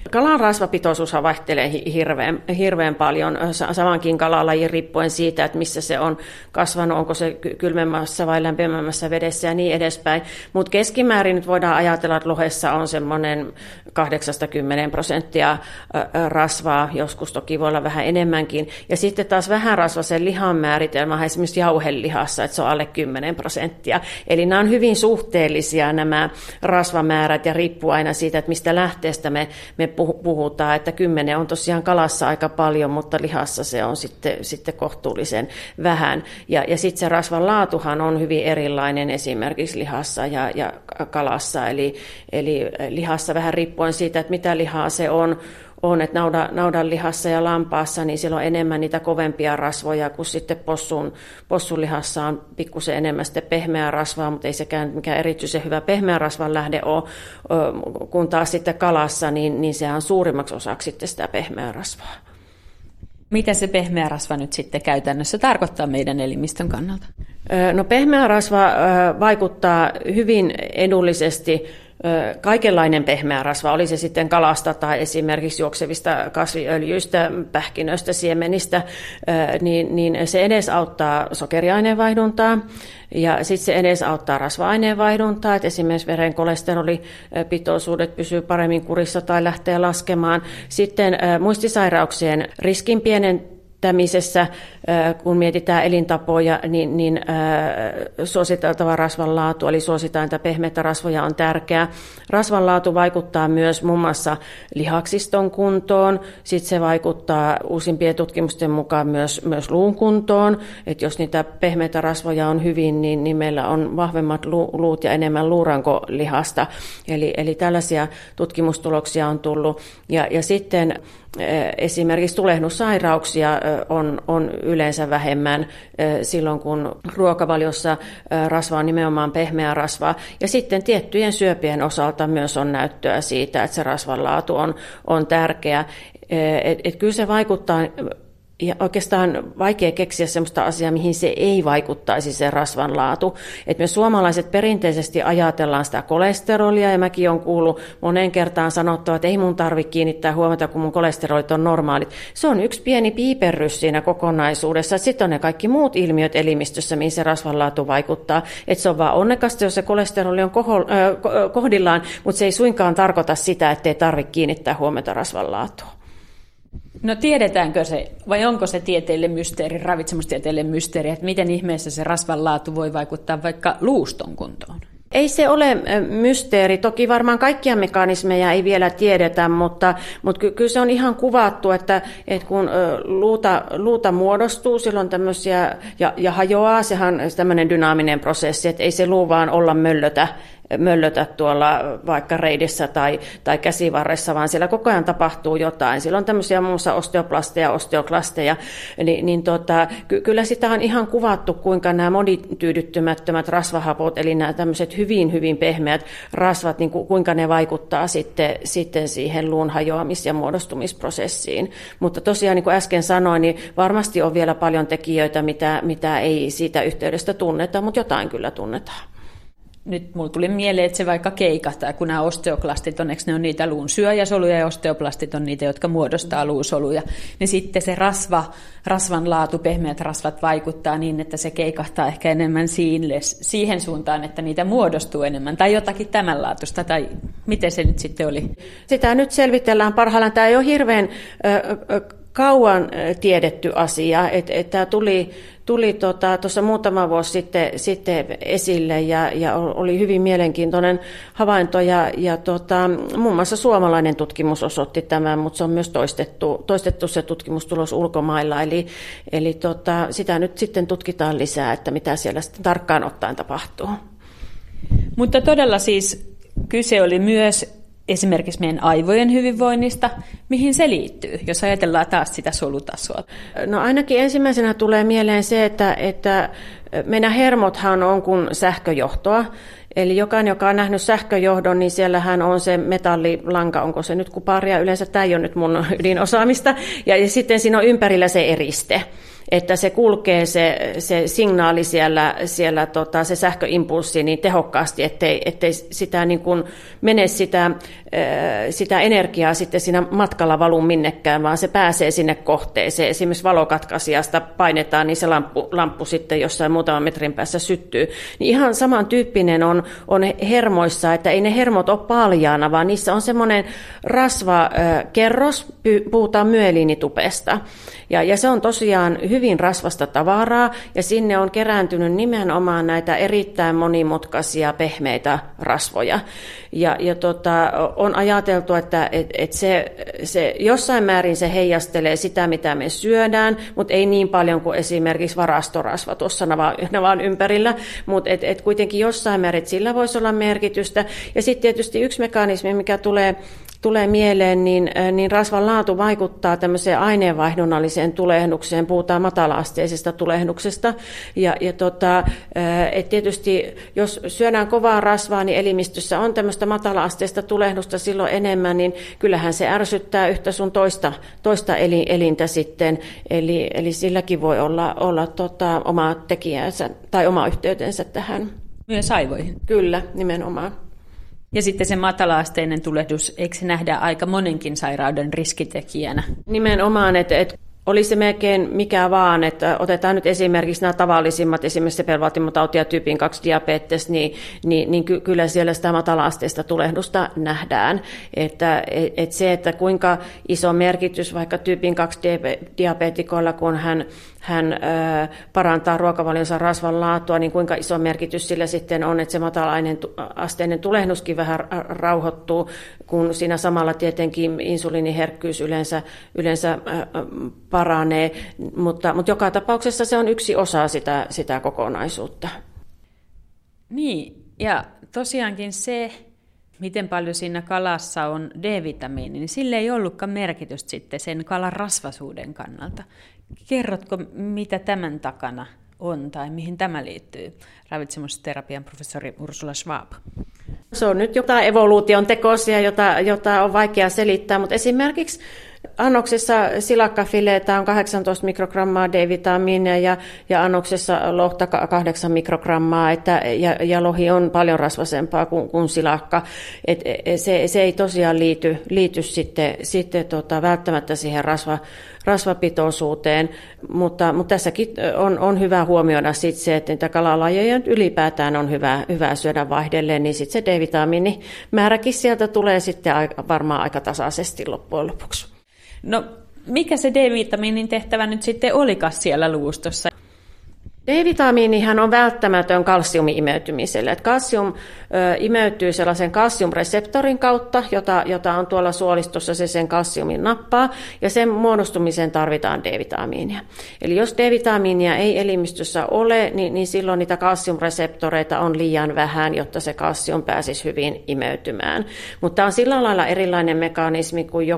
Kalan rasvapitoisuushan vaihtelee hirveän paljon samankin kalalajin riippuen siitä, että missä se on kasvanut, onko se kylmemmässä vai lämpimämmässä vedessä ja niin edespäin. Mutta keskimäärin nyt voidaan ajatella, että lohessa on semmoinen 8–10% rasvaa, joskus toki voi olla vähän enemmänkin. Ja sitten taas vähän rasvaisen lihan määritelmä on esimerkiksi jauhelihassa, että se on alle 10%. Eli nämä on hyvin suhteellisia nämä rasvamäärät ja riippuu aina siitä, että mistä lähteestä me puhutaan, että 10 on tosiaan kalassa aika paljon, mutta lihassa se on sitten kohtuullisen vähän. Ja sitten se rasvan laatuhan on hyvin erilainen esimerkiksi lihassa ja kalassa, eli lihassa vähän riippuen siitä, että mitä lihaa se on, että naudan lihassa ja lampaassa, niin siellä on enemmän niitä kovempia rasvoja, kun sitten possun lihassa on pikkusen enemmän sitten pehmeää rasvaa, mutta ei sekään mikään erityisen hyvä pehmeä rasvan lähde ole, kun taas sitten kalassa, niin sehän on suurimmaksi osaksi sitten sitä pehmeää rasvaa. Mitä se pehmeä rasva nyt sitten käytännössä tarkoittaa meidän elimistön kannalta? No pehmeä rasva vaikuttaa hyvin edullisesti. Kaikenlainen pehmeä rasva, oli se sitten kalasta tai esimerkiksi juoksevista kasviöljyistä, pähkinöistä, siemenistä, niin se edesauttaa sokeriaineenvaihduntaa ja sitten se edesauttaa rasva-aineenvaihduntaa, että esimerkiksi veren kolesterolipitoisuudet pysyy paremmin kurissa tai lähtee laskemaan. Sitten muistisairauksien riskin pienentämisessä, kun mietitään elintapoja, niin suositeltava rasvan laatu, eli suositaan, että pehmeitä rasvoja on tärkeää. Rasvan laatu vaikuttaa myös muun muassa lihaksiston kuntoon, sitten se vaikuttaa uusimpien tutkimusten mukaan myös luun kuntoon, että jos niitä pehmeitä rasvoja on hyvin, niin meillä on vahvemmat luut ja enemmän luurankolihasta, eli tällaisia tutkimustuloksia on tullut. Ja sitten esimerkiksi tulehdussairauksia on yleensä vähemmän silloin, kun ruokavaliossa rasva on nimenomaan pehmeä rasvaa. Ja sitten tiettyjen syöpien osalta myös on näyttöä siitä, että se rasvan laatu on tärkeä. Kyllä se vaikuttaa. Ja oikeastaan vaikea keksiä sellaista asiaa, mihin se ei vaikuttaisi se rasvan laatu. Et me suomalaiset perinteisesti ajatellaan sitä kolesterolia, ja mäkin olen kuullut moneen kertaan sanottava, että ei mun tarvitse kiinnittää huomiota, kun mun kolesterolit on normaalit. Se on yksi pieni piiperrys siinä kokonaisuudessa. Sitten on ne kaikki muut ilmiöt elimistössä, mihin se rasvan laatu vaikuttaa. Et se on vaan onnekasta, jos se kolesteroli on kohdillaan, mutta se ei suinkaan tarkoita sitä, ettei tarvitse kiinnittää huomiota rasvan laatuun. No tiedetäänkö se, vai onko se tieteelle mysteeri, ravitsemustieteelle mysteeri, että miten ihmeessä se rasvan laatu voi vaikuttaa vaikka luuston kuntoon? Ei se ole mysteeri. Toki varmaan kaikkia mekanismeja ei vielä tiedetä, mutta kyllä se on ihan kuvattu, että kun luuta muodostuu, silloin tämmöisiä ja hajoaa, sehän on tämmöinen dynaaminen prosessi, että ei se luu vaan olla möllötä tuolla vaikka reidissä tai käsivarressa, vaan siellä koko ajan tapahtuu jotain. Siellä on tämmöisiä muun muassa osteoplasteja, osteoklasteja, kyllä sitä on ihan kuvattu, kuinka nämä monityydyttymättömät rasvahapot, eli nämä tämmöiset hyvin, hyvin pehmeät rasvat, niin kuinka ne vaikuttaa sitten siihen luun hajoamis- ja muodostumisprosessiin. Mutta tosiaan, niin kuin äsken sanoin, niin varmasti on vielä paljon tekijöitä, mitä ei siitä yhteydestä tunneta, mutta jotain kyllä tunnetaan. Nyt mulla tuli mieleen, että se vaikka keikahtaa, kun nämä osteoklastit on, ne on niitä luun syöjäsoluja ja osteoplastit on niitä, jotka muodostaa luusoluja. Niin sitten se rasvan laatu, pehmeät rasvat vaikuttaa niin, että se keikahtaa ehkä enemmän siihen suuntaan, että niitä muodostuu enemmän. Tai jotakin tämänlaatuista, tai miten se nyt sitten oli? Sitä nyt selvitellään parhaillaan. Tämä ei ole hirveän kauan tiedetty asia, että tämä tuli tuossa muutama vuosi sitten esille ja oli hyvin mielenkiintoinen havainto ja muun muassa suomalainen tutkimus osoitti tämän, mutta se on myös toistettu se tutkimustulos ulkomailla, eli sitä nyt sitten tutkitaan lisää, että mitä siellä sitten tarkkaan ottaen tapahtuu. Mutta todella siis kyse oli myös esimerkiksi meidän aivojen hyvinvoinnista, mihin se liittyy, jos ajatellaan taas sitä solutasoa? No ainakin ensimmäisenä tulee mieleen se, että meidän hermothan on kuin sähköjohtoa. Eli jokainen, joka on nähnyt sähköjohdon, niin siellähän on se metallilanka, onko se nyt kuparia, yleensä tämä ei ole nyt mun ydinosaamista, ja sitten siinä on ympärillä se eriste. että se kulkee se signaali siellä se sähköimpulssi niin tehokkaasti, ettei sitä niin kuin mene sitä energiaa sitten siinä matkalla valu minnekään, vaan se pääsee sinne kohteeseen. Esimerkiksi valokatkaisijasta painetaan, niin se lamppu sitten jossain muutaman metrin päässä syttyy. Niin ihan samantyyppinen on hermoissa, että ei ne hermot ole paljaana, vaan niissä on semmoinen rasvakerros, puhutaan myeliinitupesta. Ja se on tosiaan hyvin rasvasta tavaraa, ja sinne on kerääntynyt nimenomaan näitä erittäin monimutkaisia pehmeitä rasvoja. Ja on ajateltu, että se jossain määrin se heijastelee sitä, mitä me syödään, mutta ei niin paljon kuin esimerkiksi varastorasva tuossa navan ympärillä, mutta kuitenkin jossain määrin sillä voisi olla merkitystä. Ja sitten tietysti yksi mekanismi, mikä tulee mieleen, niin rasvan laatu vaikuttaa tämmöiseen aineenvaihdunnalliseen tulehdukseen, puhutaan matala-asteisesta tulehduksesta. Et tietysti jos syödään kovaa rasvaa, niin elimistössä on tämmöistä matala-asteista tulehdusta silloin enemmän, niin kyllähän se ärsyttää yhtä sun toista elintä sitten, eli silläkin voi olla oma tekijänsä tai oma yhteytensä tähän. Myös aivoihin. Kyllä, nimenomaan. Ja sitten se matala-asteinen tulehdus, eikö se nähdä aika monenkin sairauden riskitekijänä? Nimenomaan, että oli se melkein mikä vaan, että otetaan nyt esimerkiksi nämä tavallisimmat, esimerkiksi sepelvaltimotauti ja tyypin 2 diabetes, niin kyllä siellä sitä matala-asteista tulehdusta nähdään. Että se, että kuinka iso merkitys vaikka tyypin 2 diabetikoilla, kun hän parantaa ruokavalionsa rasvan laatua, niin kuinka iso merkitys sillä sitten on, että se matala-asteinen tulehduskin vähän rauhoittuu, kun siinä samalla tietenkin insuliiniherkkyys yleensä paranee, mutta joka tapauksessa se on yksi osa sitä kokonaisuutta. Niin, ja tosiaankin se, miten paljon siinä kalassa on D-vitamiini, niin sille ei ollutkaan merkitystä sitten sen kalan rasvaisuuden kannalta. Kerrotko, mitä tämän takana on tai mihin tämä liittyy? Ravitsemusterapian professori Ursula Schwab. Se on nyt jotain evoluution tekosia, jota on vaikea selittää, mutta esimerkiksi annoksessa silakkafileitä on 18 mikrogrammaa D-vitamiinia ja annoksessa lohta 8 mikrogrammaa, ja lohi on paljon rasvasempaa kuin silakka. Se ei tosiaan liity sitten välttämättä siihen rasvapitoisuuteen, mutta tässäkin on hyvä huomioida sitten se, että niitä kalalajeja ylipäätään on hyvä syödä vaihdelleen, niin sitten se D-vitamiinimääräkin sieltä tulee sitten varmaan aika tasaisesti loppujen lopuksi. No, mikä se D-vitamiinin tehtävä nyt sitten olikas siellä luustossa? D-vitamiinihan on välttämätön kalsiumi-imeytymiselle. Kalsium imeytyy sellaisen kalsiumreseptorin kautta, jota on tuolla suolistossa, se sen kalsiumin nappaa, ja sen muodostumiseen tarvitaan D-vitamiinia. Eli jos D-vitamiinia ei elimistössä ole, niin silloin niitä kalsiumreseptoreita on liian vähän, jotta se kalsium pääsisi hyvin imeytymään. Mutta tämä on sillä lailla erilainen mekanismi kuin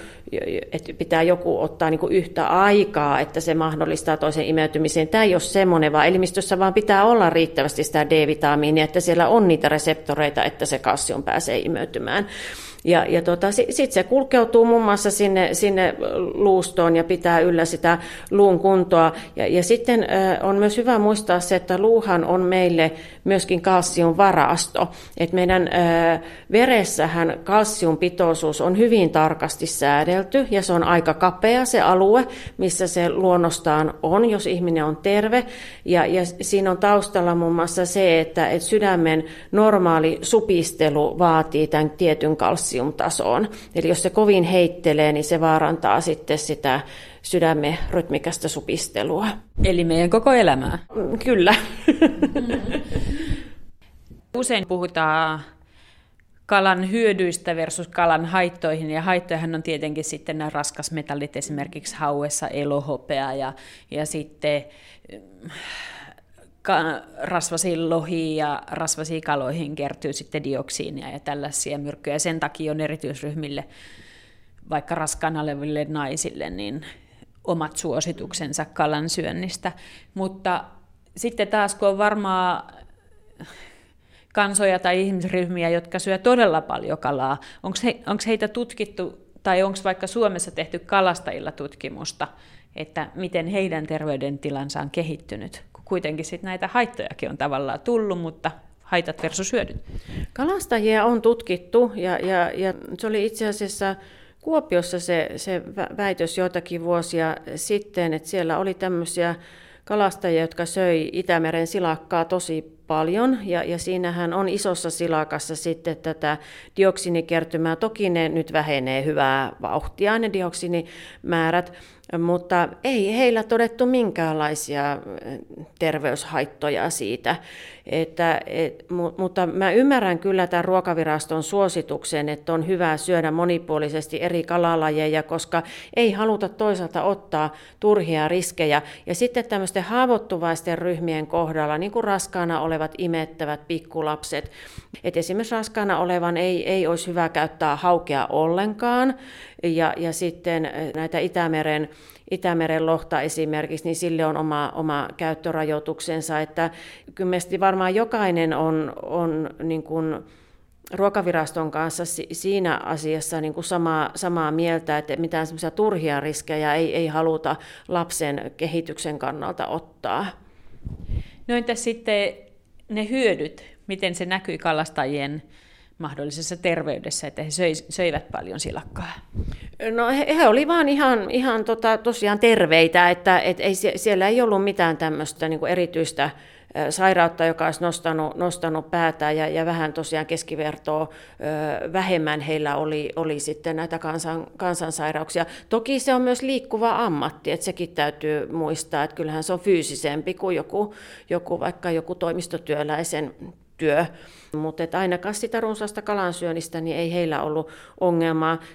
että pitää joku ottaa niin kuin yhtä aikaa, että se mahdollistaa toisen imeytymisen. Tämä ei ole semmoinen, vaan elimistössä vaan pitää olla riittävästi sitä D-vitamiinia, että siellä on niitä reseptoreita, että se kalsium pääsee imeytymään. Ja sitten se kulkeutuu muun muassa sinne luustoon ja pitää yllä sitä luun kuntoa. Ja sitten on myös hyvä muistaa se, että luuhan on meille myöskin kalsiumvarasto. Et meidän veressähän kalsiumpitoisuus on hyvin tarkasti säädelty ja se on aika kapea se alue, missä se luonnostaan on, jos ihminen on terve. Ja siinä on taustalla muun muassa se, että sydämen normaali supistelu vaatii tämän tietyn kalsiumtason. Eli jos se kovin heittelee, niin se vaarantaa sitten sitä sydämen rytmikästä supistelua. Eli meidän koko elämää. Kyllä. Usein puhutaan kalan hyödyistä versus kalan haittoihin, ja haittojahan on tietenkin sitten nämä raskasmetallit, esimerkiksi hauessa elohopea ja sitten rasvasiin lohiin ja rasvasiin kaloihin kertyy sitten dioksiinia ja tällaisia myrkkyjä. Sen takia on erityisryhmille, vaikka raskaana oleville naisille, niin omat suosituksensa kalan syönnistä. Mutta sitten taas, kun on varmaan kansoja tai ihmisryhmiä, jotka syö todella paljon kalaa, onko heitä tutkittu tai onko vaikka Suomessa tehty kalastajilla tutkimusta, että miten heidän terveydentilansa on kehittynyt, kun kuitenkin sit näitä haittojakin on tavallaan tullut, mutta haitat versus hyödyt. Kalastajia on tutkittu ja se oli itse asiassa Kuopiossa se väitös joitakin vuosia sitten, että siellä oli tämmöisiä kalastajia, jotka söi Itämeren silakkaa tosi paljon, ja siinähän on isossa silakassa sitten tätä dioksiinikertymää. Toki ne nyt vähenee hyvää vauhtia, ne dioksiinimäärät, mutta ei heillä todettu minkäänlaisia terveyshaittoja siitä. Mutta mä ymmärrän kyllä tämän Ruokaviraston suosituksen, että on hyvä syödä monipuolisesti eri kalalajeja, koska ei haluta toisaalta ottaa turhia riskejä. Ja sitten tämmöisten haavoittuvaisten ryhmien kohdalla, niin kuin raskaana olevat imettävät pikkulapset, että esimerkiksi raskaana olevan ei olisi hyvä käyttää haukea ollenkaan, ja sitten näitä Itämeren lohta esimerkiksi, niin sille on oma käyttörajoituksensa, että kyllä varmaan jokainen on niin kuin Ruokaviraston kanssa siinä asiassa niin kuin samaa mieltä, että mitään semmoisia turhia riskejä ei haluta lapsen kehityksen kannalta ottaa. No entäs sitten ne hyödyt, miten se näkyi kalastajien mahdollisessa terveydessä, että he söivät paljon silakkaa? No he oli vaan ihan tosiaan terveitä, että siellä ei ollut mitään tämmöistä niin kuin erityistä sairautta, joka olisi nostanut päätään, ja vähän tosiaan keskivertoa vähemmän heillä oli sitten näitä kansansairauksia. Toki se on myös liikkuva ammatti, että sekin täytyy muistaa, että kyllähän se on fyysisempi kuin vaikka joku toimistotyöläisen työ, mutta ainakaan sitä runsaasta kalansyönnistä niin ei heillä ollut ongelmaa.